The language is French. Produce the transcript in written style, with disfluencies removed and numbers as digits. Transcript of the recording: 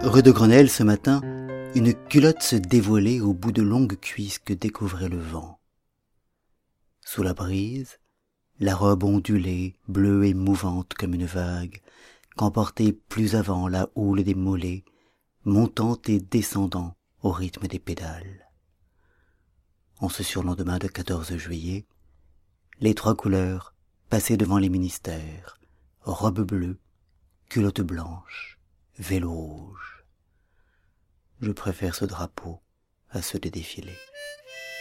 Rue de Grenelle, ce matin, une culotte se dévoilait au bout de longues cuisses que découvrait le vent. Sous la brise, la robe ondulait, bleue et mouvante comme une vague, qu'emportait plus avant la houle des mollets, montant et descendant au rythme des pédales. En ce surlendemain de 14 juillet, les trois couleurs passaient devant les ministères, robe bleue, culotte blanche, vélo rouge. Je préfère ce drapeau à ceux des défilés.